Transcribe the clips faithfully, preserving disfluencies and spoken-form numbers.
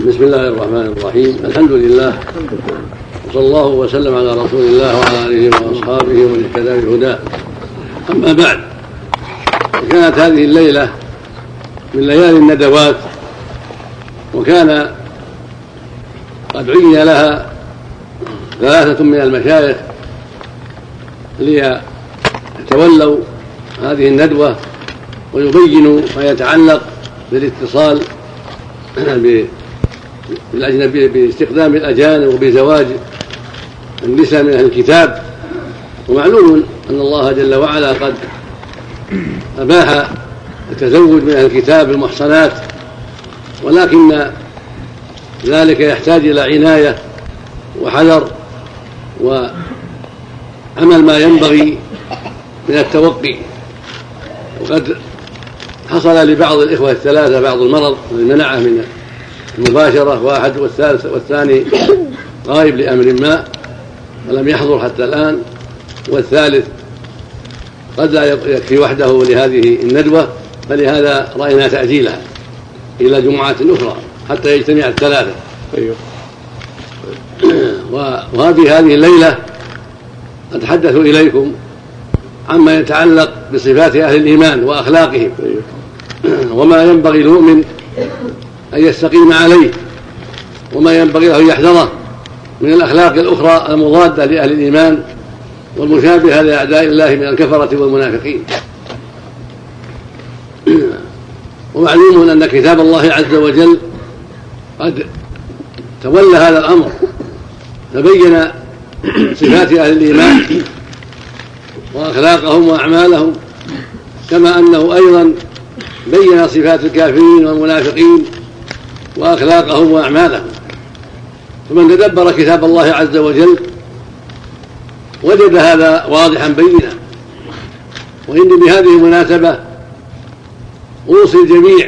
بسم الله الرحمن الرحيم. الحمد لله وصلى الله وسلم على رسول الله وعلى آله وأصحابه ومن اهتدى بهداه. أما بعد، كانت هذه الليلة من ليالي الندوات، وكان قد عين لها ثلاثة من المشايخ ليتولوا هذه الندوة ويبينوا ما يتعلق بالاتصال بالأجنبي باستخدام الأجانب وبزواج النساء من أهل الكتاب. ومعلوم أن الله جل وعلا قد أباح التزوج من أهل الكتاب المحصنات، ولكن ذلك يحتاج إلى عناية وحذر وعمل ما ينبغي من التوقي. وقد حصل لبعض الإخوة الثلاثة بعض المرض المنعة من المباشرة، واحد والثالث والثاني غائب لأمر ما ولم يحضر حتى الآن، والثالث قد لا يكفي وحده لهذه الندوة، فلهذا رأينا تأجيلها إلى جمعة أخرى حتى يجتمع الثلاثة. وهذه هذه الليلة أتحدث إليكم عما يتعلق بصفات أهل الإيمان وأخلاقهم، وما ينبغي المؤمن أن يستقيم عليه، وما ينبغي له أن يحذره من الأخلاق الأخرى المضادة لأهل الإيمان والمشابهة لأعداء الله من الكفرة والمنافقين. ومعلوم أن كتاب الله عز وجل قد تولى هذا الأمر، فبين صفات أهل الإيمان وأخلاقهم وأعمالهم، كما أنه أيضا بين صفات الكافرين والمنافقين وأخلاقهم وأعمالهم. فمن تدبر كتاب الله عز وجل وجد هذا واضحا بينا. وإني بهذه المناسبة أوصي الجميع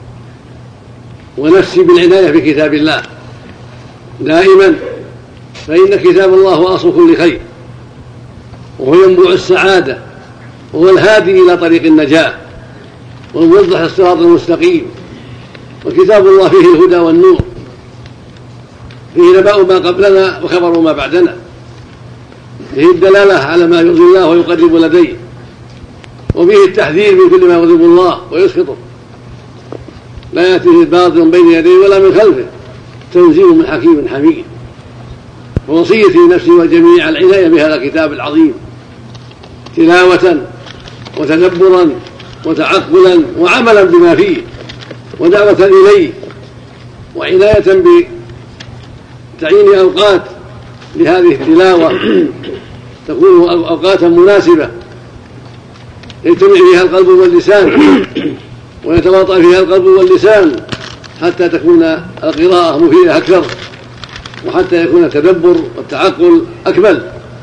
ونفسي بالعناية بكتاب الله دائما، فإن كتاب الله هو أصل كل خير، وهو ينبوع السعادة، وهو الهادي إلى طريق النجاة، ويوضح الصراط المستقيم. وكتاب الله فيه الهدى والنور، فيه نبأ ما قبلنا وخبر ما بعدنا، فيه الدلالة على ما يرضي الله ويقرب لديه، وفيه التحذير من كل ما يغضب الله ويسخطه. لا يأتيه الباطل من بين يديه ولا من خلفه، تنزيل من حكيم حميد. ووصيتي نفسي والجميع العناية بهذا الكتاب العظيم، تلاوة وتدبرا وتعقلا وعملا بما فيه، ودعوة إليه، وعناية بتعيين أوقات لهذه التلاوة تكون أوقاتا مناسبة يجتمع فيها القلب واللسان ويتواطأ فيها القلب واللسان، حتى تكون القراءة مفيدة أكثر، وحتى يكون التدبر والتعقل أكمل.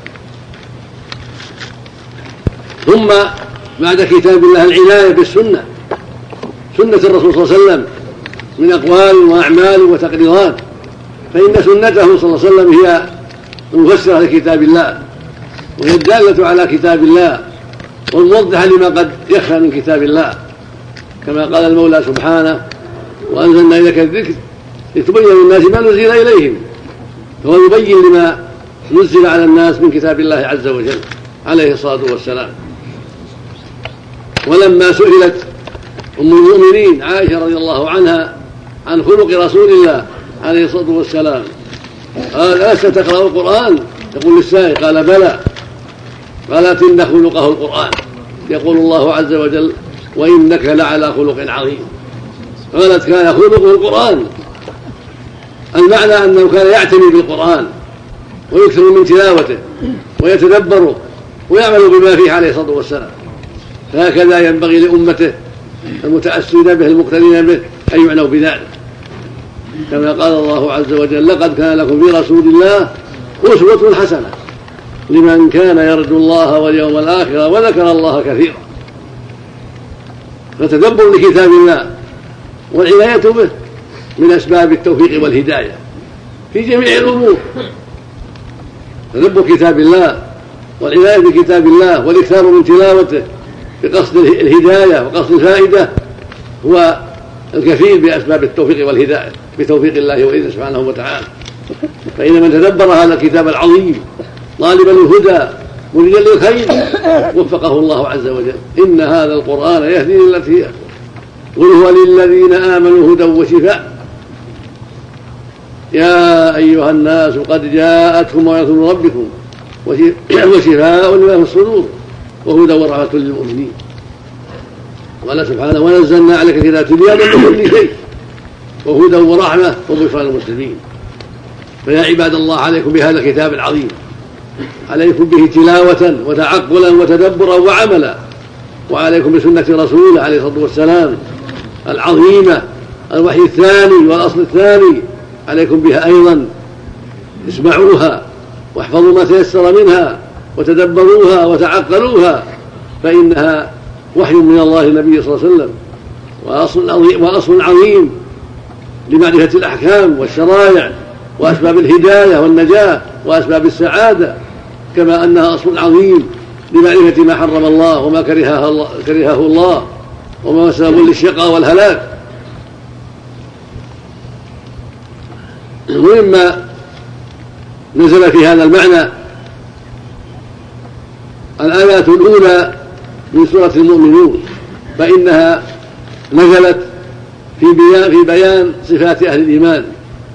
ثم بعد كتاب الله العناية بالسنة، سنة الرسول صلى الله عليه وسلم من أقوال وأعمال وتقريرات، فإن سنته صلى الله عليه وسلم هي المفسرة لكتاب الله، وهي الدالة على كتاب الله، والموضحة لما قد يخفى من كتاب الله، كما قال المولى سبحانه: وأنزلنا إليك الذكر لتبين للناس ما نزل إليهم. فهو يبين لما نزل على الناس من كتاب الله عز وجل عليه الصلاة والسلام. ولما سئلت أم المؤمنين عائشة رضي الله عنها عن خلق رسول الله عليه الصلاة والسلام، قال: ألست تقرأ القرآن؟ يقول للسائل: قال: بلى. قالت: إن خلقه القرآن. يقول الله عز وجل: وإنك لعلى خلق عظيم. قالت: كان خلقه القرآن، المعنى أنه كان يعتني بالقرآن ويكثر من تلاوته ويتدبره ويعمل بما فيه عليه الصلاة والسلام. فهكذا ينبغي لأمته المتأسين به المقتدين به أن يعنوا بذلك، كما قال الله عز وجل: لقد كان لكم في رسول الله أسوة حسنة لمن كان يرجو الله واليوم الآخر وذكر الله كثيرا. فتدبر لكتاب الله والعناية به من أسباب التوفيق والهداية في جميع الأمور. تدبر كتاب الله والعناية بكتاب الله والإكثار من تلاوته بقصد الهداية وقصد الفائدة هو الكفيل بأسباب التوفيق والهداية. بتوفيق الله وإذنه سبحانه وتعالى. فإن من تدبر هذا الكتاب العظيم طالبا الهدى مريدا للخير وفقه الله عز وجل. إن هذا القرآن يهدي للتي هي أقوم قل هو للذين آمنوا هدى وشفاء يا أيها الناس قد جاءتكم موعظة من ربكم وشفاء لما في الصدور وهدى ورحمة للمؤمنين. قال سبحانه ونزلنا عليك الكتاب تبيانا لكل شيء وهدى ورحمة وبشرى للمسلمين. فيا عباد الله عليكم بهذا الكتاب العظيم، عليكم به تلاوة وتعقلا وتدبرا وعملا، وعليكم بسنة رسوله عليه الصلاة والسلام العظيمة الوحي الثاني والأصل الثاني، عليكم بها أيضا اسمعوها واحفظوا ما تيسر منها وتدبروها وتعقلوها، فإنها وحي من الله النبي صلى الله عليه وسلم وأصل عظيم, وأصل عظيم لمعرفة الأحكام والشرائع وأسباب الهداية والنجاة وأسباب السعادة، كما أنها أصل عظيم لمعرفة ما حرم الله وما كرهه الله, كرهه الله وما هو سبب للشقاء والهلاك. ومما نزل في هذا المعنى الآيات الأولى من سورة المؤمنون، فإنها نزلت في بيان, في بيان صفات أهل الإيمان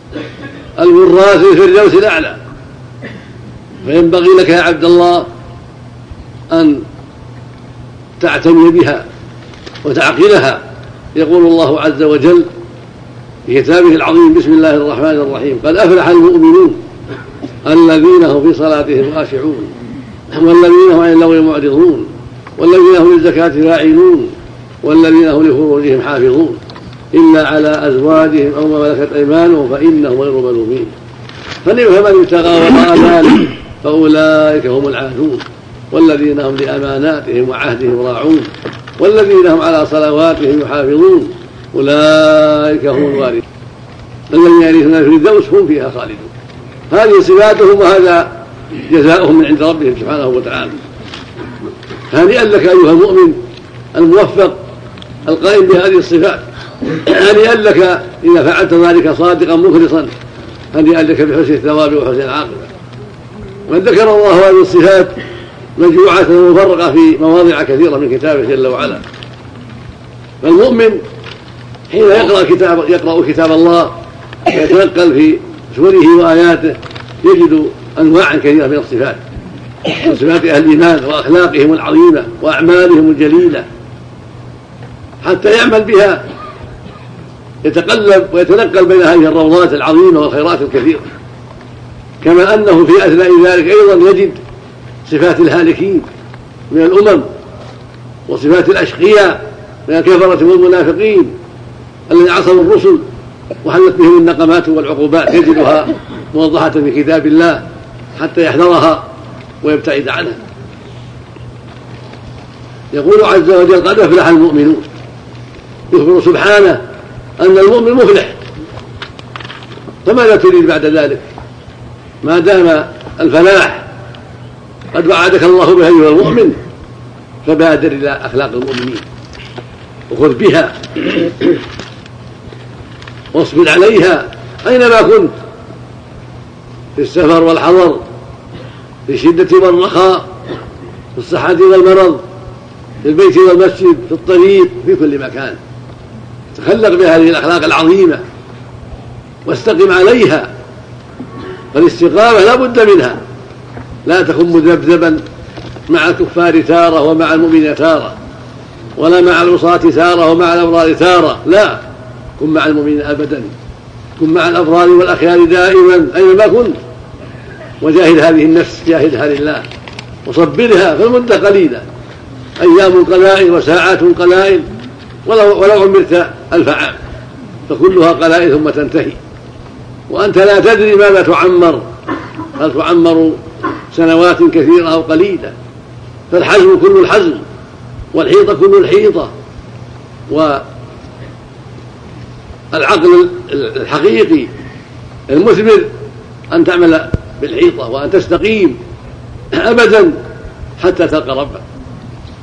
الوراث في الفردوس الأعلى. فينبغي لك يا عبد الله أن تعتني بها وتعقلها. يقول الله عز وجل في كتابه العظيم بسم الله الرحمن الرحيم قد أفلح المؤمنون الذين هم في صلاتهم خاشعون والذين هم عن اللغو معرضون والذين هم للزكاة فاعلون والذين هم لفروجهم حافظون إلا على أزواجهم أو ما ملكت أيمانهم فإنهم غير ملومين. فمن ابتغى وراء ذلك فأولئك هم العادون والذين هم لأماناتهم وعهدهم راعون والذين هم على صلواتهم يحافظون أولئك هم الوارثون الذين يرثون الفردوس هم فيها خالدون. هذه صفاتهم وهذا جزاؤهم من عند ربهم سبحانه وتعالى. هنيئا لك أيها المؤمن الموفق القائم بهذه الصفات، هنيئا لك إذا فعلت ذلك صادقا مخلصا، هنيئا لك بحسن الثواب وحسن العاقبة. وقد ذكر الله هذه الصفات مجموعة ومفرقة في مواضع كثيرة من كتابه جل وعلا. فالمؤمن حين يقرأ كتاب, يقرأ كتاب الله ويتنقل في سوره وآياته يجد أنواعا كثيرة من الصفات، من صفات أهل الإيمان وأخلاقهم العظيمة وأعمالهم الجليلة، حتى يعمل بها يتقلب ويتنقل بين هذه الروضات العظيمة والخيرات الكثيرة. كما أنه في أثناء ذلك أيضا يجد صفات الهالكين من الأمم وصفات الأشقياء من الكفرة والمنافقين الذين عصوا الرسل وحلت بهم النقمات والعقوبات، يجدها موضحة في كتاب الله حتى يحذرها ويبتعد عنها. يقول عز وجل قد أفلح المؤمنون، يخبر سبحانه أن المؤمن مفلح، فماذا تريد بعد ذلك ما دام الفلاح قد وعدك الله به أيها المؤمن؟ فبادر إلى أخلاق المؤمنين وخذ بها واصبر عليها أينما كنت، في السفر والحضر، في الشدة والرخاء، في الصحة والمرض، في البيت والمسجد، في الطريق، في كل مكان. تخلق بهذه الأخلاق العظيمة واستقم عليها، فالاستقامة لا بد منها، لا تكن مذبذبا مع الكفار تارة ومع المؤمنين تارة، ولا مع العصاة تارة ومع الأبرار تارة، لا، كن مع المؤمنين أبدا، كن مع الأبرار والأخيار دائما أينما كنت، وجاهد هذه النفس جاهدها لله وصبرها فالمدة قليلة، أيام قلائل وساعات قلائل، ولو, ولو عمرت ألف عام فكلها قلائل ثم تنتهي، وأنت لا تدري ماذا تعمر، هل تعمر سنوات كثيرة أو قليلة. فالحزم كل الحزم والحيطة كل الحيطة، والعقل الحقيقي المثمر أن تعمل بالحيطة وأن تستقيم أبدا حتى تلقى ربك.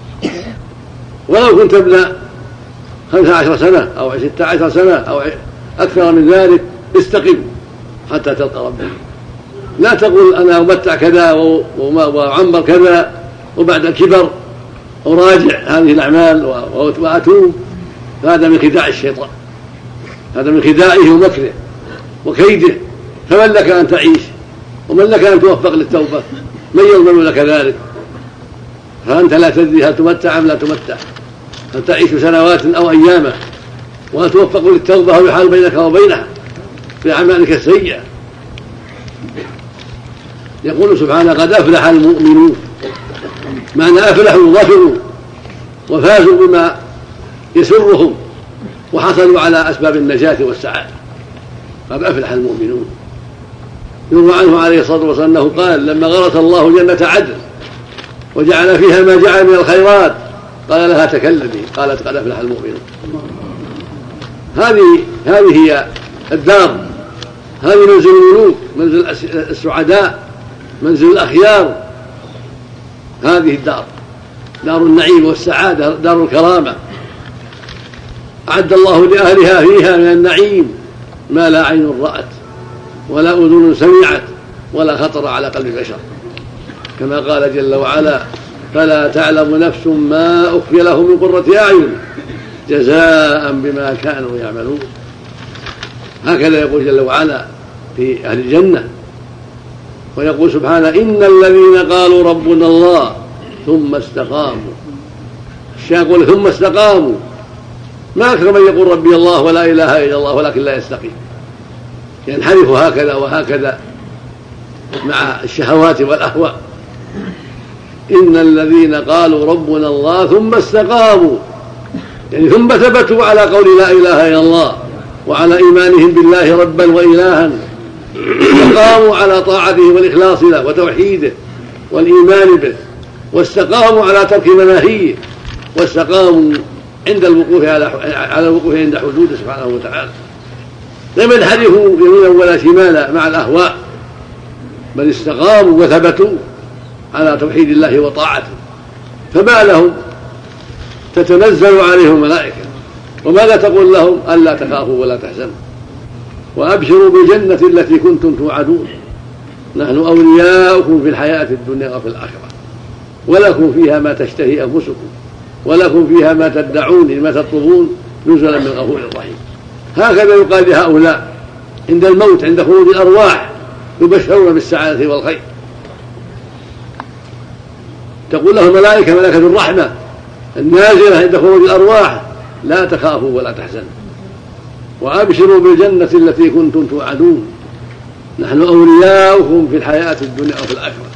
ولو كنت ابن خمسة عشر سنة أو ستة عشر سنة أو أكثر من ذلك استقم حتى تلقى ربك. لا تقول أنا أمتع كذا وأعمر كذا وبعد الكبر أراجع هذه الأعمال وأتوب، هذا من خداع الشيطان، هذا من خداعه ومكره وكيده. فمن لك أن تعيش ومن لك أن توفق للتوبة؟ من يضمن لك ذلك؟ فأنت لا تدري هل تمتع أم لا تمتع، هل تعيش سنوات أو أياما، وهل توفق للتوبة أو يحال بينك وبينها بأعمالك السيئة. يقول سبحانه قد أفلح المؤمنون، معنى أفلحوا ظفروا وفازوا بما يسرهم وحصلوا على أسباب النجاة والسعادة. قد أفلح المؤمنون. يروى عنه عليه الصلاة والسلام أنه قال لما غرس الله جنة عدن وجعل فيها ما جعل من الخيرات قال لها تكلمي، قالت قد أفلح المؤمنون. هذه هذه هي الدار، هذه منزل الملوك، منزل السعداء، منزل الأخيار. هذه الدار دار النعيم والسعادة، دار الكرامة. أعد الله لأهلها فيها من النعيم ما لا عين رأت ولا أذن سمعت ولا خطر على قلب بشر، كما قال جل وعلا فلا تعلم نفس ما أخفي له من قرة أعين جزاء بما كانوا يعملون. هكذا يقول جل وعلا في أهل الجنة. ويقول سبحانه إن الذين قالوا ربنا الله ثم استقاموا. الشيخ يقول ثم استقاموا، ما أكثر من يقول ربي الله ولا إله إلا الله ولكن لا يستقيم، ينحرف هكذا وهكذا مع الشهوات والأهواء. إن الذين قالوا ربنا الله ثم استقاموا، يعني ثم ثبتوا على قول لا إله إلا الله وعلى إيمانهم بالله ربا وإلها، استقاموا على طاعته والإخلاص له وتوحيده والإيمان به، واستقاموا على ترك مناهيه، واستقاموا عند الوقوف على على الوقوف عند حدوده سبحانه وتعالى. لم ينحرفوا يمينا ولا شمالا مع الأهواء، بل استقاموا وثبتوا على توحيد الله وطاعته. فما لهم؟ تتنزل عليهم الملائكة، وماذا تقول لهم؟ ألا تخافوا ولا تحزنوا وأبشروا بالجنة التي كنتم توعدون نحن أولياؤكم في الحياة الدنيا وفي الآخرة ولكم فيها ما تشتهي أنفسكم ولكم فيها ما تدعون ما تطلبون نزلا من غفور رحيم. هكذا يقال لهؤلاء عند الموت عند خروج الأرواح، يبشرون بالسعادة والخير. تقول لهم ملائكة ملائكة الرحمة النازلة عند خروج الأرواح لا تخافوا ولا تحزنوا وأبشروا بالجنة التي كنتم توعدون نحن أولياؤكم في الحياة الدنيا وفي الآخرة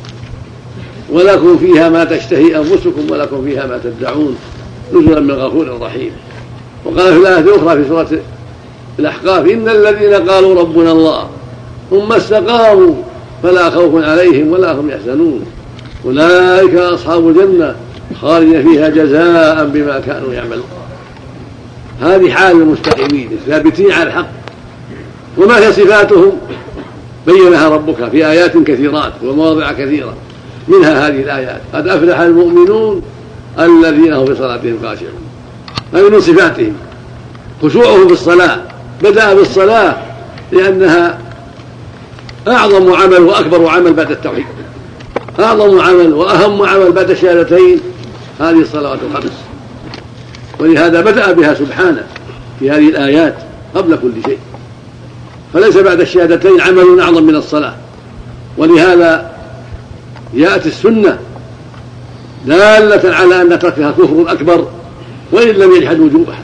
ولكم فيها ما تشتهي أنفسكم ولكم فيها ما تدعون نزلا من غفور رحيم. وقال في الآية الأخرى في سورة الأحقاف إن الذين قالوا ربنا الله ثم استقاموا فلا خوف عليهم ولا هم يحزنون أولئك أصحاب الجنة خالدين فيها جزاء بما كانوا يعملون. هذه حال المستقيمين الثابتين على الحق. وما هي صفاتهم؟ بينها ربك في آيات كثيرات ومواضع كثيرة، منها هذه الآيات قد أفلح المؤمنون الذين هم في صلاتهم خاشعون. هذه من صفاتهم خشوعهم في الصلاة. بدأ بالصلاة لأنها أعظم عمل وأكبر عمل بعد التوحيد، أعظم عمل وأهم عمل بعد الشهادتين هذه الصلوات الخمس، ولهذا بدأ بها سبحانه في هذه الآيات قبل كل شيء. فليس بعد الشهادتين عمل أعظم من الصلاة، ولهذا يأتي السنة دالة على أن تركها كفر أكبر وإن لم يجحد وجوبها.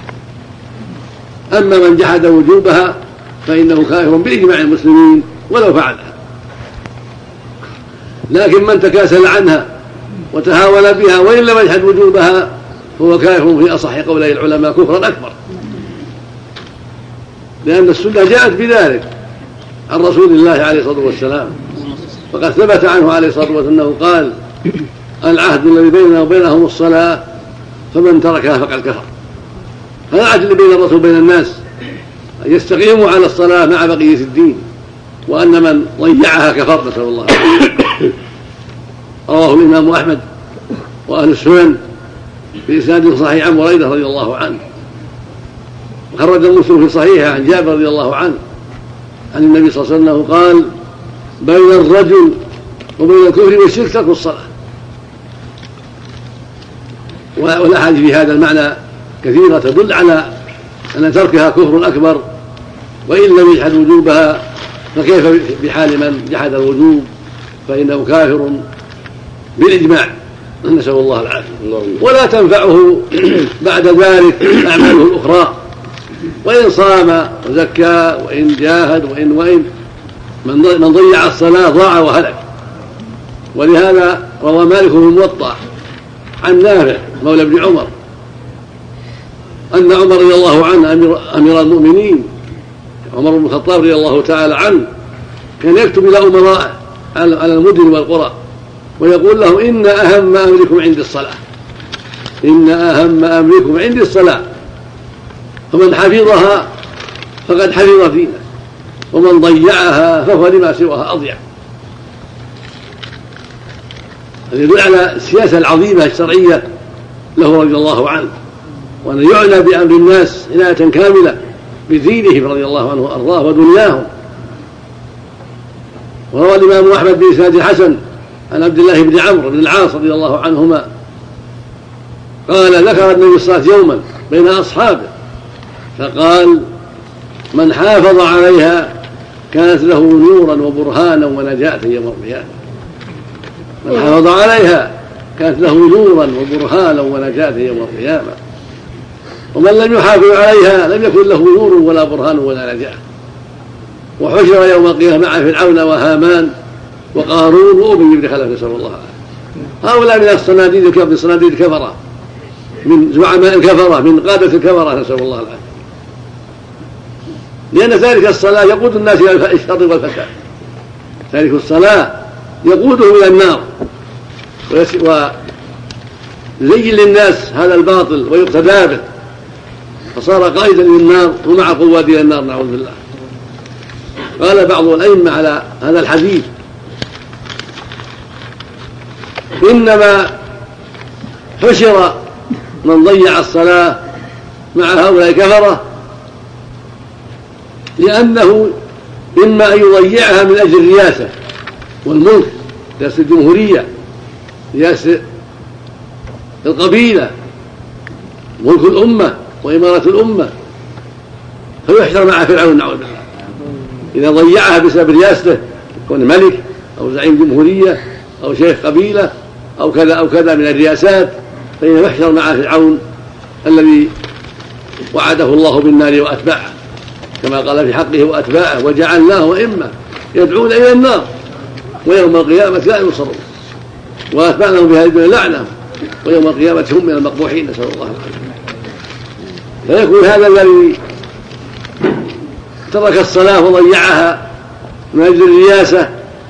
أما من جحد وجوبها فإنه كافر بإجماع المسلمين ولو فعلها، لكن من تكاسل عنها وتهاون بها وإن لم يجحد وجوبها هو كافر في أصح قولي العلماء كفرا أكبر، لأن السنة جاءت بذلك عن رسول الله عليه الصلاة والسلام. فقد ثبت عنه عليه الصلاة والسلام أنه قال العهد الذي بيننا وبينهم الصلاة فمن تركها فقد كفر. هذا العهد الذي بين الرسول وبين الناس أن يستقيموا على الصلاة مع بقية الدين، وأن من ضيعها كفر، نسأل الله. رواه الإمام أحمد وأهل السنن بإسناد صحيح عن بريدة رضي الله عنه وخرج مسلم في صحيحه عن جابر رضي الله عنه عن النبي صلى الله عليه وسلم قال: بين الرجل وبين الكفر والشرك ترك الصلاة. والأحاديث في هذا المعنى كثيرة تدل على أن تركها كفر أكبر، وإن لم يجحد وجوبها فكيف بحال من جحد الوجوب فإنه كافر بالإجماع، نسأل الله العافية. ولا تنفعه بعد ذلك أعماله الأخرى، وإن صام وزكى وإن جاهد وإن وإن من ضيع الصلاة ضاع وهلك. ولهذا روى مالك في الموطأ عن نافع مولى ابن عمر أن عمر رضي الله عنه أمير المؤمنين عمر بن الخطاب رضي الله تعالى عنه كان يكتب إلى أمراء على المدن والقرى ويقول لهم: إن أهم أمركم عندي الصلاة، إن أهم أمركم عندي الصلاة، فمن حفظها فقد حفظ فينا، ومن ضيعها فهو لما سواها أضيع. هذا يدل على السياسة العظيمة الشرعية له رضي الله عنه، وأن يعنى بأمر الناس عناية كاملة بدينهم رضي الله عنه وأرضاه ودنياهم. وروى الإمام أحمد بإسناد حسن عن عبد الله بن عمرو بن العاص رضي الله عنهما قال: ذكر النبي صلى الله عليه وسلم يوما بين أصحابه فقال: من حافظ عليها كانت له نورا وبرهانا ونجاة يوم القيامة. من حافظ عليها كانت له نورا وبرهانا ونجاة يوم القيامة، ومن لم يحافظ عليها لم يكن له نور ولا برهان ولا نجاة. وحشر يوم القيامة مع فرعون وهامان وقارون وأبي بن خلف، نسأل الله العافية. هؤلاء من الصناديد الكفرة، من صناديد الكفرة، من زعماء الكفرة، من قادة الكفرة، نسأل الله العافية. لأن تارك الصلاة يقود الناس إلى الشر والفساد، تارك الصلاة يقوده إلى النار ويزين للناس هذا الباطل ويقتدى به، فصار قائدا للنار ومع قواد إلى النار، نعوذ بالله. قال بعض الأئمة على هذا الحديث: إنما حشر من ضيع الصلاة مع هؤلاء الكفرة لأنه إما أن يضيعها من أجل الرياسة والملك، رئاسة الجمهورية، رئاسة القبيلة، ملك الأمة وإمارة الأمة، فيحشر مع فرعون، نعوذ بالله. إذا ضيعها بسبب رياسته، يكون ملك أو زعيم جمهورية أو شيخ قبيلة أو كذا أو كذا من الرياسات، فإنه يحشر مع فرعون الذي وعده الله بالنار وأتباعه، كما قال في حقه وأتباعه: وجعلناه أئمة يدعون إلى النار ويوم القيامة لا ينصرون، وأتبعناهم بهذه الدنيا لعنة ويوم القيامة هم من المقبوحين، نسأل الله العافية. فيكون هذا الذي ترك الصلاة وضيعها من أجل الرياسة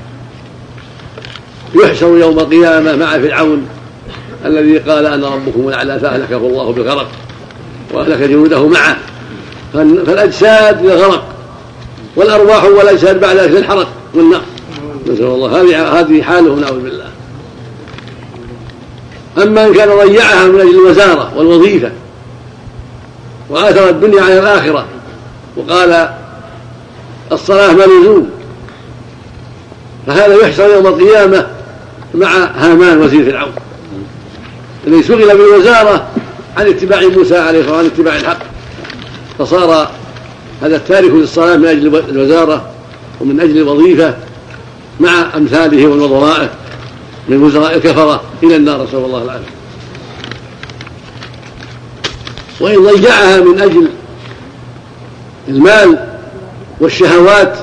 يحشر يوم القيامة مع فرعون الذي قال: أنا ربكم الأعلى، فأهلكه الله بالغرق وأهلك جنوده معه. فالأجساد للغرق والأرواح والأجساد بعد ذلك للحرق والنار، نسأل الله. هذه هذه حاله، نعوذ بالله. أما إن كان ضيعها من أجل الوزارة والوظيفة وآثر الدنيا على الآخرة وقال الصلاة ملزوم، فهذا يحشر يوم القيامة مع هامان وزير فرعون الذي شغل بالوزارة عن اتباع موسى عليه الصلاة وعن اتباع الحق، فصار هذا التارك للصلاة من أجل الوزارة ومن أجل الوظيفة مع أمثاله ووزرائه من وزراء الكفرة إلى النار، نسأل الله العافية. وإن ضيعها من أجل المال والشهوات،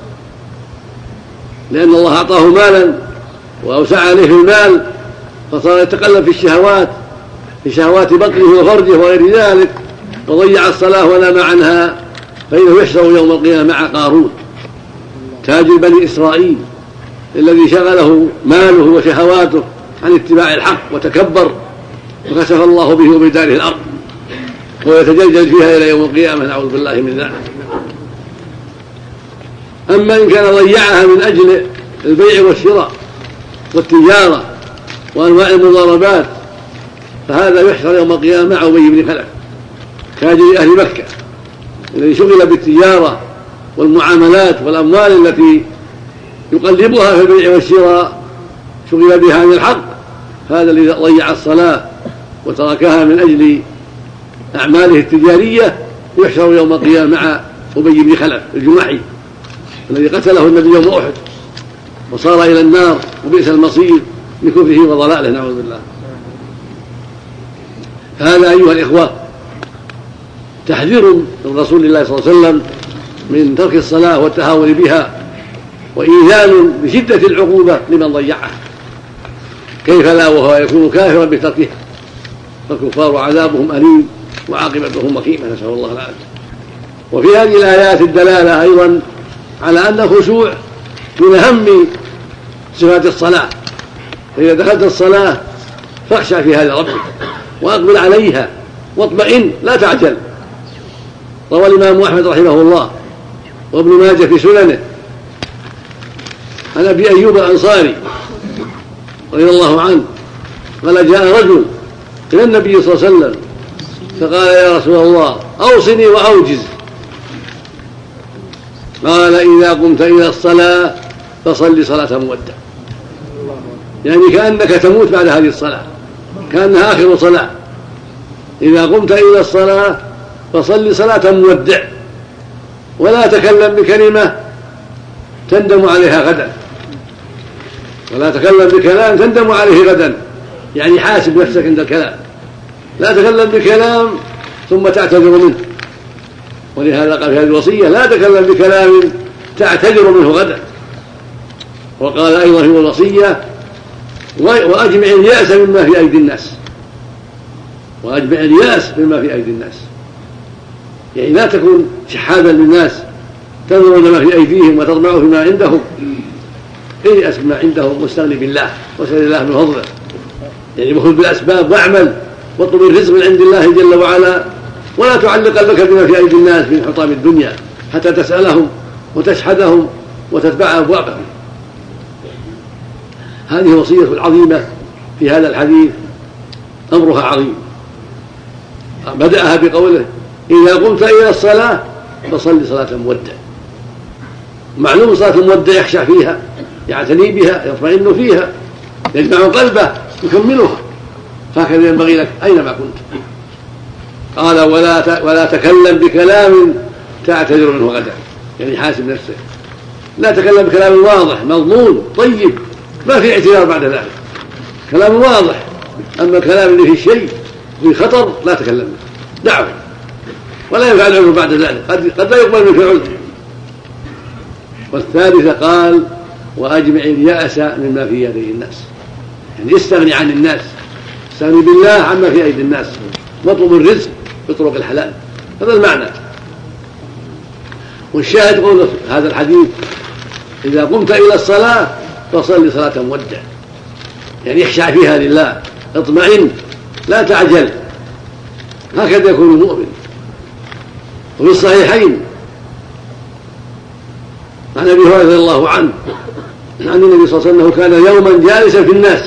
لأن الله أعطاه مالا وأوسع عليه المال، فصار يتقلب في الشهوات، في شهوات بطنه وفرجه وغير ذلك، وضيع الصلاة ونام عنها، فإنه يحشر يوم القيامة مع قارون تاج بني إسرائيل الذي شغله ماله وشهواته عن اتباع الحق وتكبر، وكشف الله به وبداره الأرض ويتجلجل فيها إلى يوم القيامة، نعوذ بالله من ذلك. أما إن كان ضيعها من أجل البيع والشراء والتجارة وأنواع المضاربات، فهذا يحشر يوم القيامة مع أبي بن خلف تاجر أهل مكة الذي شغل بالتجارة والمعاملات والأموال التي يقلبها في البيع والشراء شغل بها عن الحق، هذا الذي ضيع الصلاة وتركها من أجل أعماله التجارية يحشر يوم القيامة مع أبي بن خلف الجمحي الذي قتله النبي يوم أحد وصار إلى النار وبئس المصير لكفره وضلاله، نعوذ بالله. هذا أيها الإخوة تحذير من رسول الله صلى الله عليه وسلم من ترك الصلاة والتهاون بها، وإيذان بشدة العقوبة لمن ضيعها، كيف لا وهو يكون كافرا بتركها، فالكفار عذابهم أليم وعاقبتهم وخيمة، نسأل الله العافية. وفي هذه الآيات الدلالة أيضا على أن الخشوع من أهم صفات الصلاة، فإذا دخلت الصلاة فاخشع في هذا ربك وأقبل عليها واطمئن لا تعجل. روى الإمام أحمد رحمه الله وابن ماجه في سننه عن أبي أيوب الأنصاري رضي الله عنه قال جاء رجل إلى النبي صلى الله عليه وسلم فقال يا رسول الله أوصني وأوجز، قال إذا قمت إلى الصلاة فصل صلاة مودع، يعني كأنك تموت بعد هذه الصلاة، كأنها آخر صلاة. إذا قمت إلى الصلاة فصل صلاة مودع، ولا تكلم بكلمة تندم عليها غدا، ولا تكلم بكلام تندم عليه غدا، يعني حاسب نفسك عند الكلام، لا تكلم بكلام ثم تعتذر منه. ولهذا قال في هذه الوصية لا تكلم بكلام تعتذر منه غدا. وقال أيضا في الوصية وأجمع اليأس مما في أيدي الناس، وأجمع اليأس مما في أيدي الناس، يعني لا تكون شحاذا للناس تنظر ما في أيديهم وتطمع فيما عندهم، ائس بما عندهم واستغني بالله واسأل الله من فضله، يعني خذ بالأسباب واعمل واطلب الرزق من عند الله جل وعلا، ولا تعلق قلبك بما في أيدي الناس من حطام الدنيا حتى تسألهم وتشحذهم وتتبع أبوابهم. هذه وصية عظيمة في هذا الحديث، أمرها عظيم. بدأها بقوله إذا قمت إلى الصلاة فصل صلاة مودع. معلوم صلاة مودع يخشع فيها، يعتني بها، يطمئن فيها، يجمع قلبه يكملها، فهكذا ينبغي لك أينما كنت. قال ولا ولا تكلم بكلام تعتذر منه غدا، يعني حاسب نفسك، لا تكلم بكلام واضح مضمون طيب ما في اعتذار بعد ذلك، كلام واضح. أما الكلام اللي فيه شيء فيه خطر لا تكلم، دعوه ولا ينفع العذر بعد ذلك، قد, قد لا يقبل منك العذر. والثالثة قال وأجمع اليأس مما في يدي الناس، يعني استغني عن الناس، استغني بالله عما في أيدي الناس، واطلب الرزق بطرق الحلال، هذا المعنى. والشاهد قول هذا الحديث إذا قمت إلى الصلاة فصل صلاة مودع، يعني اخشع فيها لله، اطمئن لا تعجل، هكذا يكون المؤمن. وفي الصحيحين عن أبي هريرة رضي الله عنه عن النبي صلى الله عليه وسلم كان يوما جالسا في الناس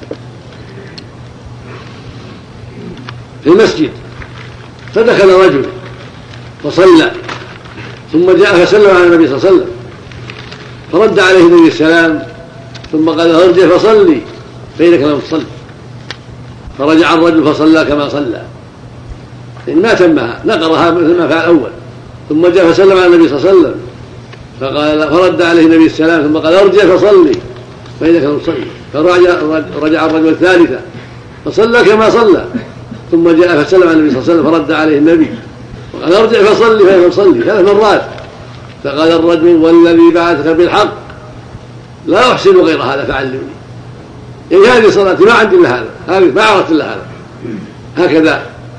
في المسجد، فدخل رجل فصلى ثم جاء فسلم على النبي صلى الله عليه وسلم فرد عليه النبي السلام ثم قال ارجع فصلي فإنك لم تصلي، فرجع الرجل فصلى كما صلى، يعني ما تمها، نقرها مثل ما فعل الأول، ثم جاء فسلم على النبي صلى الله عليه وسلم فقال فرد عليه النبي السلام ثم قال ارجع فصلي فإنك لم تصلي، فرجع الرجل الثالثة فصلى كما صلى، ثم جاء فسلم على النبي صلى الله عليه وسلم فرد عليه النبي وقال ارجع فصلي فإنك لم تصلي ثلاث مرات. فقال الرجل والذي بعثك بالحق لا أحسن غير هذا فعلمني، يعني هذه صلاتي ما عندي إلا هذا، هذه ما عرفت إلا هذا. هكذا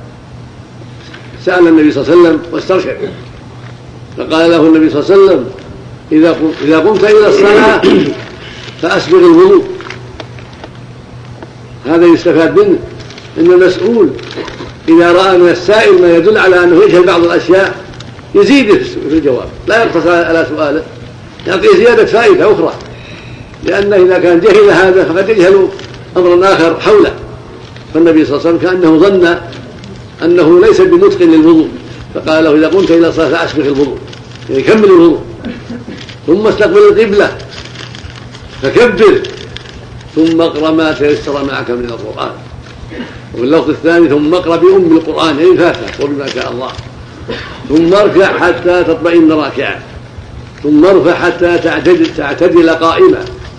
سأل النبي صلى الله عليه وسلم واسترشد، فقال له النبي صلى الله عليه وسلم إذا إذا قمت إلى الصلاة فأسبغ الوضوء. هذا يستفاد منه أن المسؤول إذا رأى من السائل ما يدل على أنه يجهل بعض الأشياء يزيد في الجواب، لا يقتصر على سؤاله، يعطيه زيادة فائدة أخرى، لأنه إذا كان جهل هذا فقد يجهل أمرا آخر حوله. فالنبي صلى الله عليه وسلم كأنه ظن أنه ليس بمتقن للوضوء فقال له إذا قمت إلى الصلاة فأسبغ الوضوء، يعني كمل الوضوء، ثم استقبل القبلة فكبر، ثم اقرأ ما تيسر معك من القرآن. وفي اللفظ الثاني ثم اقرأ بأم القرآن يعني الفاتحة وبما شاء الله، ثم اركع حتى تطمئن راكعا، ثم ارفع حتى تعتدل, تعتدل قائما،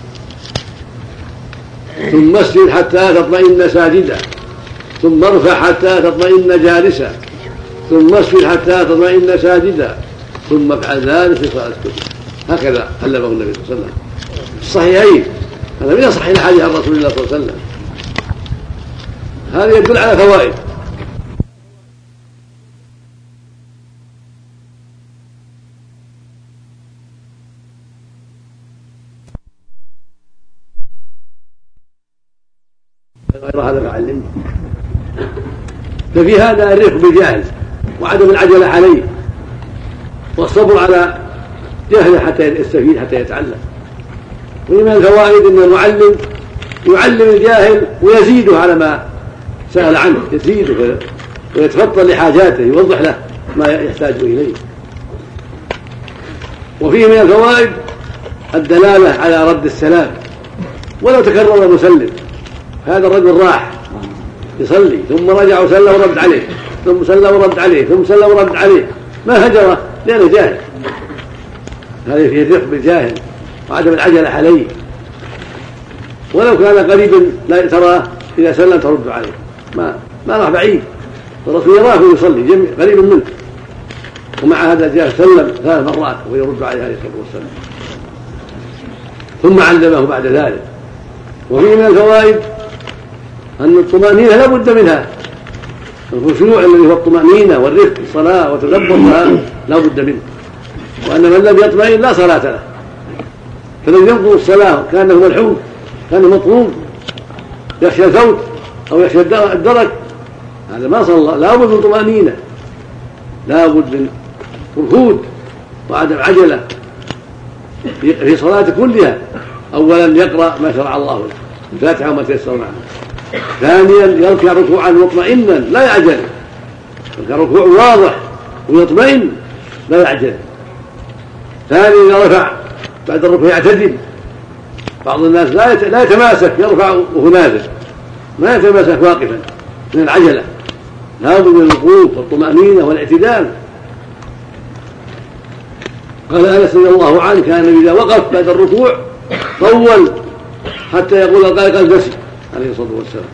ثم اسجد حتى تطمئن ساجدا، ثم ارفع حتى تطمئن جالسا، ثم اسجد حتى تطمئن ساجدا، ثم افعل ذلك في صلاة الكتب. هكذا علمه النبي صلى الله عليه وسلم الصحيحين. هذا من أصح الحديث عن رسول الله صلى الله عليه وسلم. هذا يدل على فوائد. غير هذا فعلمه. ففي هذا الرفق بالجاهل وعدم العجلة عليه والصبر على جهله حتى يستفيد حتى يتعلم. ومن الفوائد ان المعلم يعلم الجاهل ويزيده على ما سأل عنه، يزيده ويتفطن لحاجاته، يوضح له ما يحتاج إليه. وفيه من الفوائد الدلالة على رد السلام ولو تكرر المسلم. هذا الرجل راح يصلي ثم رجع وسلم ورد عليه، ثم سلم ورد عليه، ثم سلم ورد عليه، ما هجره لأنه جاهل. هذا فيه الرفق بالجاهل وعدم العجلة عليه. ولو كان قريبا لا تراه إذا سلم ترد عليه، ما ما راح بعيد، الرسول يراه يصلي جميع قريب منه، ومع هذا جاء سلم ثلاث مرات ويرد عليه عليه الصلاة والسلام، ثم علمه بعد ذلك. وفيه من الفوائد أن الطمأنينة لا بد منها، الخشوع الذي هو الطمأنينة والرفق في الصلاة وتدبرها لا بد منه، وأن من لم يطمئن لا صلاة له. فلو ينقض الصلاة كان هو الحوم، كان مطلوب يخشى الفوت أو يخشى الدرك، هذا ما صلى. لا بد من طمأنينة، لا بد من ركود وعدم عجلة في صلاة كلها. أولا يقرأ ما شرع الله له الفاتحة وما تيسر معه. ثانيا يركع ركوعا مطمئنا لا يعجل، يركع ركوع واضح ويطمئن لا يعجل. ثانيا إذا رفع بعد الركوع يعتدل. بعض الناس لا يتماسك يرفع وهو نازل، ما يتماسك واقفا من العجلة. لا بد من الوقوف والطمأنينة والاعتدال. قال أنس رضي الله عنه كان إذا وقف بعد الركوع طول حتى يقول القائل قد نسي عليه الصلاة والسلام.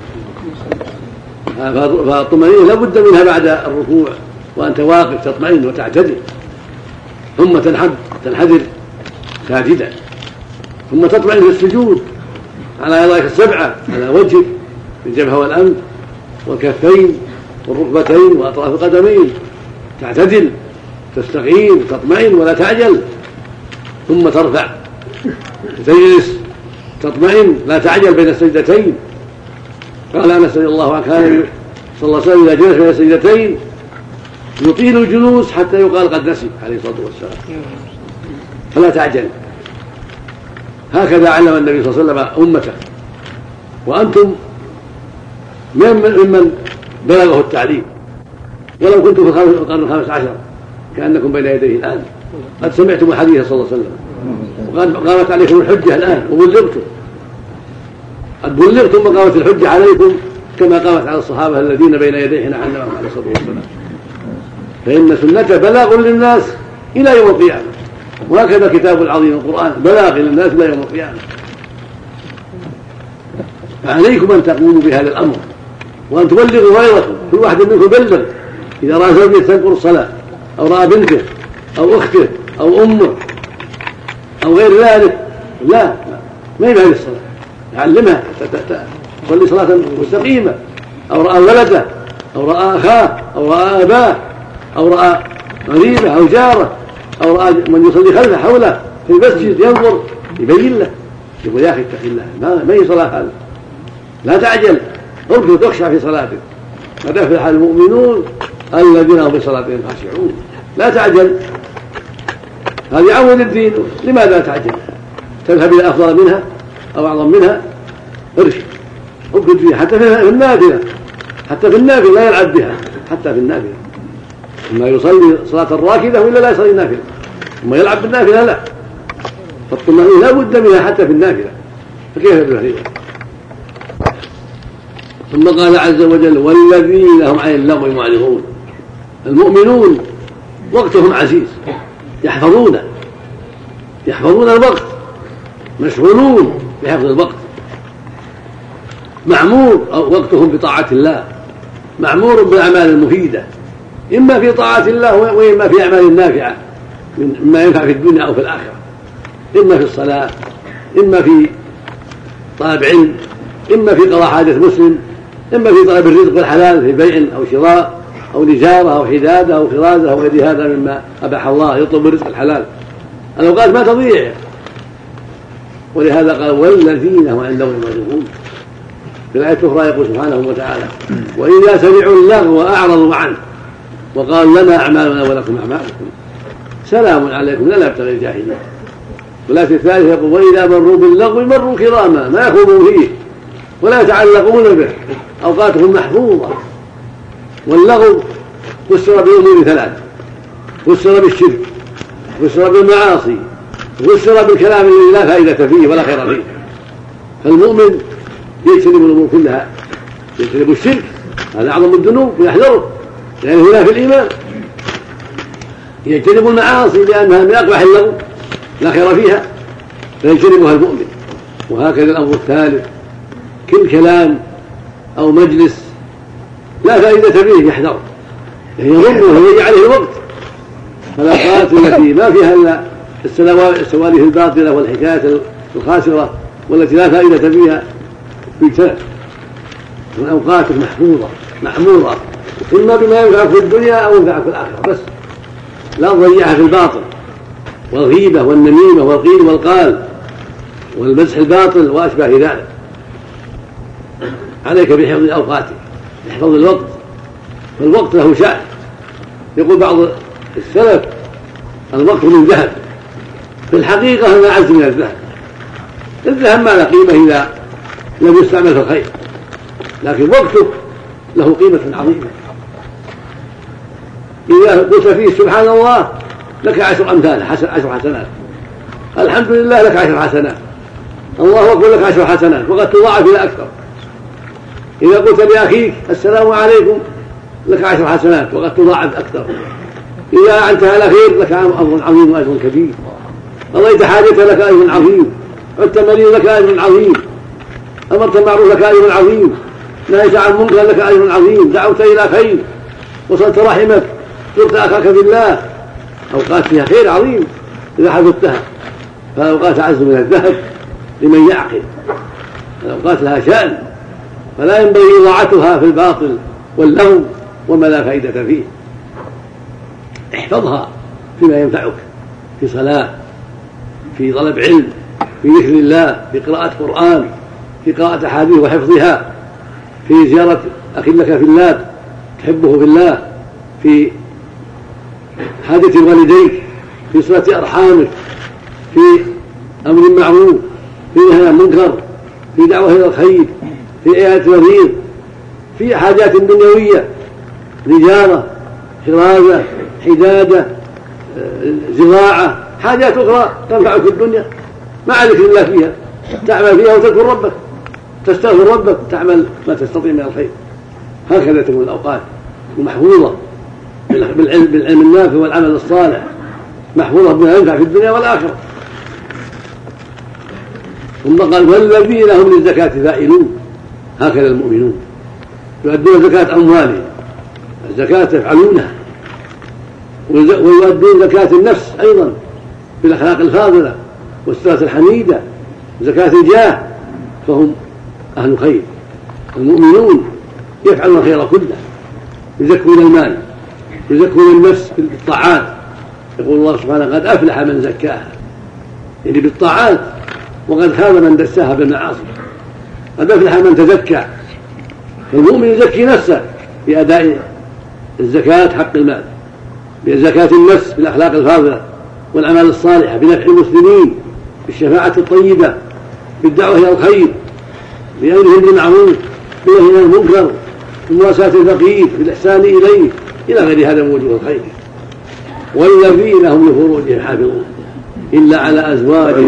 فالطمأنينة لا بد منها بعد الركوع، وأنت واقف تطمئن وتعتدل، ثم تنحدر ساجدا، ثم تطمئن في السجود على يديك السبعة على وجهك بالجبهة والأنف والكفين والركبتين وأطراف القدمين، تعتدل تستقيم تطمئن ولا تعجل، ثم ترفع تجلس تطمئن لا تعجل بين السجدتين. قال أنس رضي الله عنه كان صلى الله عليه وسلم إذا جلس بين السجدتين يطيل الجلوس حتى يقال قد نسي عليه الصلاة والسلام، فلا تعجل. هكذا علم النبي صلى الله عليه وسلم أمته، وأنتم ممن بلغه التعليم، ولو كنتم في القرن الخامس عشر كأنكم بين يديه الآن قد سمعتم الحديث صلى الله عليه وسلم، وقد قامت عليكم الحجة الآن وبلغتم، قد بلغتم وقامت الحجة عليكم كما قامت على الصحابة الذين بين يديه حين علمهم عليه الصلاة والسلام. فإن سنته بلاغ للناس إلى يوم القيامة، وهكذا كتاب العظيم القرآن بلاغ للناس إلى يوم القيامة. فعليكم أن تقوموا بهذا الأمر وأن تبلغوا غيركم. كل واحد منكم بلغ. إذا رأى زوجته تنكر الصلاة أو رأى بنته أو أخته أو أمه أو غير ذلك لا ما يبهل الصلاة، يعلمها حتى تصلي صلاة مستقيمة. أو رأى ولده أو رأى أخاه أو رأى أباه أو رأى قريبه أو جاره أو رأى من يصلي خلفه حوله في المسجد ينظر يبين له، يقول يا أخي اتق الله ما هي صلاة هذا، لا تعجل اركض وتخشع في صلاتك، قد أفلح المؤمنون الذين هم بصلاتهم خاشعون. لا تعجل، هذه عون الدين. لماذا تعجل؟ تذهب إلى أفضل منها أو أعظم منها، ارشد اركض فيها حتى في النافلة، حتى في النافلة لا يلعب بها، حتى في النافلة ما يصلي صلاة الراكدة وإلا لا يصلي النافلة، ثم يلعب بالنافلة لا، فالطمأنينة لا بد منها حتى في النافلة، فكيف بالفريضة؟ ثم قال عز وجل والذين هم عن اللغو معرضون. المؤمنون وقتهم عزيز، يحفظون يحفظون الوقت، مشغولون بحفظ الوقت، معمور وقتهم بطاعة الله، معمور بالأعمال المفيدة، إما في طاعة الله وإما في أعمال نافعة مما ينفع في الدنيا أو في الآخرة، إما في الصلاة، إما في طلب علم، إما في قضاء حاجة مسلم، إما في طلب الرزق الحلال في بيع أو شراء أو نجارة أو حدادة أو خرازة أو غير هذا مما أباح الله، يطلب الرزق الحلال. الأوقات ما تضيع، ولهذا قال والذين هم عن اللغو معرضون. في الآية الأخرى يقول سبحانه وتعالى وإذا سمعوا اللغو أعرضوا عنه وقال لنا أعمالنا ولكم أعمالكم سلام عليكم لا نبتغي الجاهلين. والآية الثالثة يقول وإذا مروا باللغو مروا كراما ما يخوضون فيه ولا يتعلقون به، أوقاتهم محفوظة. واللغو فسر بأمور ثلاث: فسر بالشرك، فسر بالمعاصي، فسر بالكلام الذي لا فائدة فيه ولا خير فيه. فالمؤمن يجتنب الأمور كلها، يجتنب الشرك هذا أعظم الذنوب ويحذره لأنه يعني هنا في الإيمان، يجتنب المعاصي لأنها من أقبح اللغو لا خير فيها فيجتنبها المؤمن. وهكذا الأمر الثالث كل كلام أو مجلس لا فائدة فيه يحذره، يظنه ويضيع عليه الوقت. فالأوقات التي ما فيها إلا السوالف الباطلة والحكايات الخاسرة والتي لا فائدة فيها تجتنب. والأوقات محفوظة معمورة إما بما ينفعك في الدنيا أو ينفعك في الآخرة، بس لا تضيعها في الباطل والغيبة والنميمة والقيل والقال والمزح الباطل وأشباه ذلك. عليك بحفظ أوقاتك، احفظ الوقت، فالوقت له شأن. يقول بعض السلف الوقت من ذهب، في الحقيقة هو أعز من الذهب. الذهب ما له قيمة إذا لم يستعمل في الخير، لكن وقتك له قيمة عظيمة. إذا قلت فيه سبحان الله لك عشر أمثال حسن عشر حسنات، الحمد لله لك عشر حسنات، الله أكبر لك عشر حسنات وقد تضاعف إلى أكثر. إذا قلت لأخيك السلام عليكم لك عشر حسنات وقد تضاعف أكثر. إذا انتهى الأخير لك أمر عظيم وأجر كبير. قضيت حاجة لك أجر عظيم، عدت مريض لك أجر عظيم، أمرت المعروف لك أجر عظيم، نهيت عن منكر لك أجر عظيم، دعوت إلى خير، وصلت رحمك، زرت أخاك بالله. أوقات فيها خير عظيم إذا حفظتها، فالأوقات أعز من الذهب لمن يعقل. الأوقات لها شأن فلا ينبغي إضاعتها في الباطل واللهو وما لا فائدة فيه. احفظها فيما ينفعك، في صلاة، في طلب علم، في ذكر الله، في قراءة قرآن، في قراءة أحاديث وحفظها، في زيارة أخ لك في الله تحبه في الله، في حاجة والديك، في صلة أرحامك، في أمر معروف، في نهي عن المنكر، في دعوة إلى الخير، في عيادة مريض، في حاجات دنيوية، نجارة، خرازة، حدادة، زراعة، حاجات أخرى تنفعك في الدنيا ما عليك إلا فيها، تعمل فيها وتذكر ربك، تستغفر ربك، تعمل ما تستطيع من الخير. هكذا تكون الأوقات محفوظة بالعلم النافع والعمل الصالح، محفوظة بما ينفع في الدنيا والآخرة. ثم قال والذين هم للزكاة فاعلون. هكذا المؤمنون يؤدون زكاة أموالهم، الزكاة يفعلونها، ويؤدون زكاة النفس أيضا بالأخلاق الفاضلة والصفات الحميدة، زكاة الجاه، فهم أهل خير. المؤمنون يفعلون الخير كله، يزكون المال، يزكون النفس بالطاعات. يقول الله سبحانه قد أفلح من زكاها، يعني بالطاعات، وقد خاب من دساها بالمعاصي. قد أفلح من تزكى. فالمؤمن يزكي نفسه بأداء الزكاة حق المال، بزكاة النفس بالأخلاق الفاضلة والأعمال الصالحة، بنفع المسلمين، بالشفاعة الطيبة، بالدعوة إلى الخير، بأمرهم بالمعروف، بالنهي عن المنكر، بمواساة الفقير، بالإحسان إليه، إلى غير هذا من وجوه الخير. والذين هم لفروجهم حافظون إلا على أزواجهم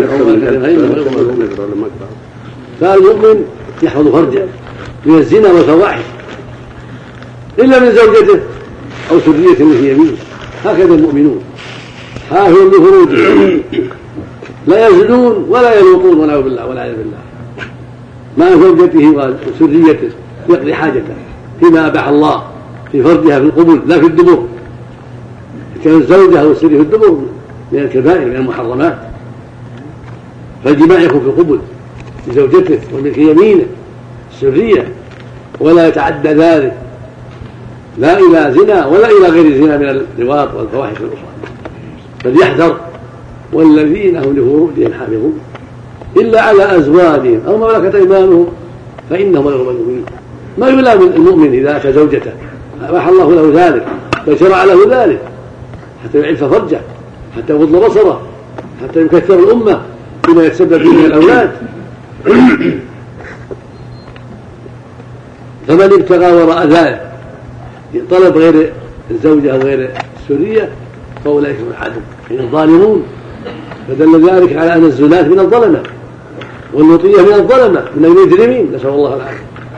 فالمؤمن يحفظ فرجه من الزنا والفواحش إلا من زوجته أو سرية من يمينه. هكذا المؤمنون حافظ لفروجهم لا يزنون ولا يلوطون ولا بالله ولا يعلم بالله مع زوجته وسريته يقضي حاجته فيما أباح الله في فرجها في القبل لا في الدبر. كان الزوجة أو السرية في الدبر من الكبائر من المحرمات، فالجماع يكون في القبل لزوجته وملك يمينه السرية ولا يتعدى ذلك لا إلى زنا ولا إلى غير زنا من اللواط والفواحش الأخرى. فليحذر. والذين هم لفروجهم حافظون إلا على أزواجهم أو ما ملكت أيمانهم فإنهم غير ملومين. ما يلام المؤمن إذا أتى زوجته أباح الله له ذلك بل شرع له ذلك حتى يعف فرجه حتى يغض بصره حتى يكثر الأمة بما يتسبب فيه من الأولاد. فمن ابتغى وراء ذلك طلب غير الزوجة أو غير السرية فأولئك هم العدو من الظالمون. فدل ذلك على أن الزنات من الظلمة واللوطية من الظلمة من المجرمين نسأل الله العافية.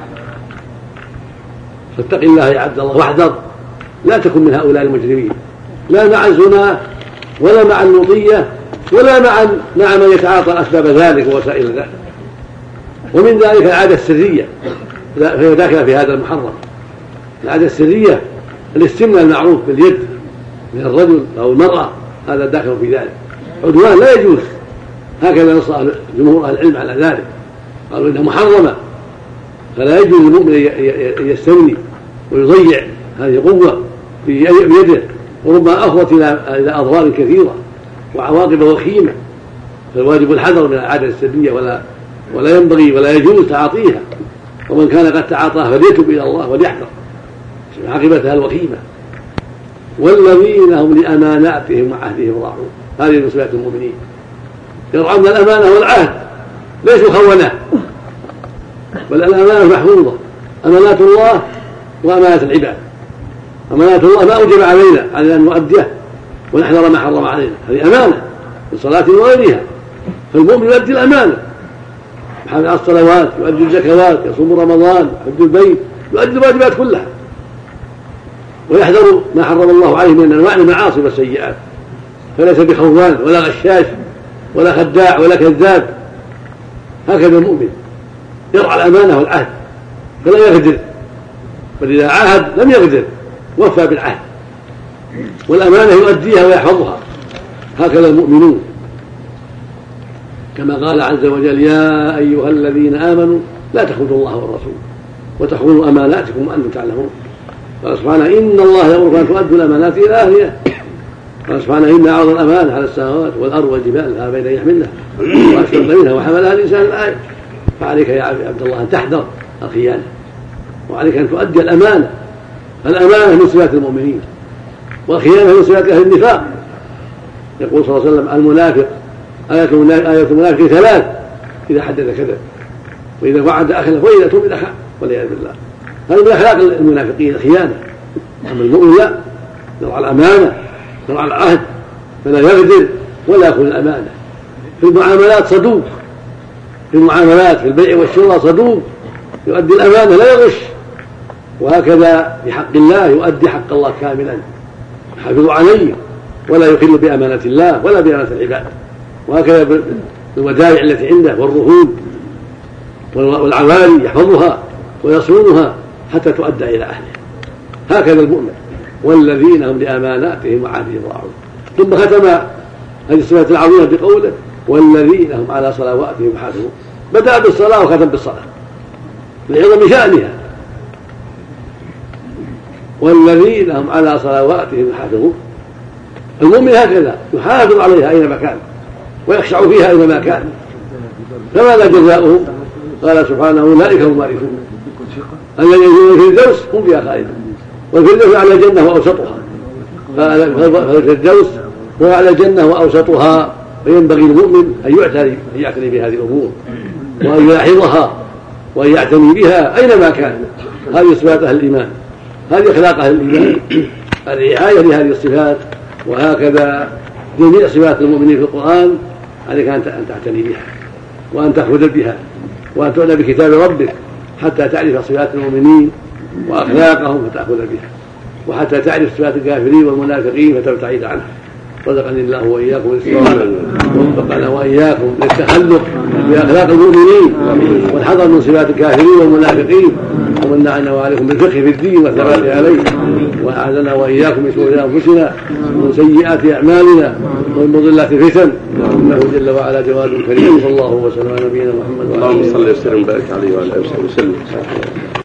فاتق الله يا عبد الله واحذر لا تكن من هؤلاء المجرمين لا مع الزنا ولا مع اللوطية ولا مع مع من يتعاطى أسباب ذلك ووسائل ذلك. ومن ذلك العادة السرية فهي داخلة في هذا المحرم. العادة السرية الاستمناء المعروف باليد من الرجل أو المرأة هذا داخل في ذلك. عدوان لا يجوز هكذا نص جمهور أهل العلم على ذلك قالوا إنها محرمة فلا يجوز للمؤمن أن يستمني ويضيع هذه قوة بيده وربما أفضت إلى أضرار كثيرة وعواقب وخيمة. فالواجب الحذر من العادة السرية ولا ولا ينبغي ولا يجوز تعاطيها. ومن كان قد تعاطاها فليتب إلى الله وليحذر عاقبتها الوخيمة. والذين هم لأماناتهم وعهدهم راعون هذه من صفات المؤمنين يرعون الأمانة والعهد ليسوا خونة بل الأمانة محفوظة. أمانات الله وأمانات العباد. أمانات الله ما أوجب علينا على أن نؤديه ونحذر ما حرم علينا هذه أمانة في الصلاة وغيرها. فالمؤمن يؤدي الأمانة يحافظ على الصلوات يؤدي الزكوات يصوم رمضان يحج البيت يؤدي الواجبات كلها ويحذر ما حرم الله عليه من أنواع المعاصي والسيئات. فليس بخوان ولا غشاش ولا خداع ولا كذاب. هكذا المؤمن يرعى الأمانة والعهد فلا يغدر بل إذا عاهد لم يغدر وفى بالعهد والأمانة يؤديها ويحفظها. هكذا المؤمنون كما قال عز وجل يا أيها الذين آمنوا لا تخونوا الله والرسول وتخونوا أماناتكم وأنتم تعلمون. قال سبحانه إن الله يأمركم أن تؤدوا الأمانات إلى أهلها. قال سبحانه إن عرض الأمانة على السماوات والأرض والجبال فأبين أن يحملنها وأشفقن منها وحملها الإنسان الآية. فعليك يا عبد الله أن تحذر الخيانة وعليك أن تؤدي الأمانة. الأمانة من صفات المؤمنين والخيانة من صفات أهل النفاق. يقول صلى الله عليه وسلم المنافق آية المنافق ثلاث إذا حدث كذب وإذا وعد أخلف وإذا تؤمن أخاه والعياذ بالله. هذا من أخلاق المنافقين الخيانة. أما المؤمن لا يرعى الأمانة يرعى العهد فلا يغدر ولا يخون الأمانة. في المعاملات صدوق في المعاملات في البيع والشراء صدوق يؤدي الأمانة لا يغش. وهكذا في حق الله يؤدي حق الله كاملا يحافظ عليه ولا يخل بأمانة الله ولا بأمانة العباد. وهكذا بالودائع التي عنده والرهون والعوالي يحفظها ويصونها حتى تؤدى إلى أهله. هكذا المؤمن. والذين هم لأماناتهم وعهدهم راعون. ثم ختم هذه الصفات العظيمة بقوله والذين هم على صلواتهم يحافظون. بدأ بالصلاة وختم بالصلاة لعظم شأنها. والذين هم على صلواتهم يحافظون. المؤمن هكذا يحافظ عليها أينما كان ويخشع فيها أينما كان. فماذا جزاؤهم؟ قال سبحانه أولئك هم الوارثون الذين يدخلون في الفردوس هم فيها خالدون. والفردوس على الجنة وأوسطها. فالفردوس هو على الجنة وأوسطها. وينبغي المؤمن أن يعتني أن يعتني بهذه الأمور وأن يلاحظها وأن يعتني بها أينما كان. هذه صفات أهل الإيمان هذه أخلاق أهل الإيمان الرعاية لهذه الصفات. وهكذا جميع صفات المؤمنين في القرآن عليك أن تعتني بها وأن تأخذ بها وأن تؤمن بكتاب ربك حتى تعرف صفات المؤمنين وأخلاقهم فتأخذ بها، وحتى تعرف صفات الكافرين والمنافقين فتبتعد عنها. رزقني الله وإياكم الإسلام ووفقنا وإياكم للتخلق بأخلاق المؤمنين والحذر من صفات الكافرين والمنافقين، ومن عنا وعليكم بالفقه في الدين والثبات عليه، وأعاذنا وإياكم من شرور أنفسنا ومن سيئات أعمالنا ومن مضلات الفتن، إنه جل وعلا جواد كريم. صلى الله وسلم على نبينا محمد وعلى آله وصحبه وسلم. اللهم صل وسلم وبارك عليه وعلى آله وسلم.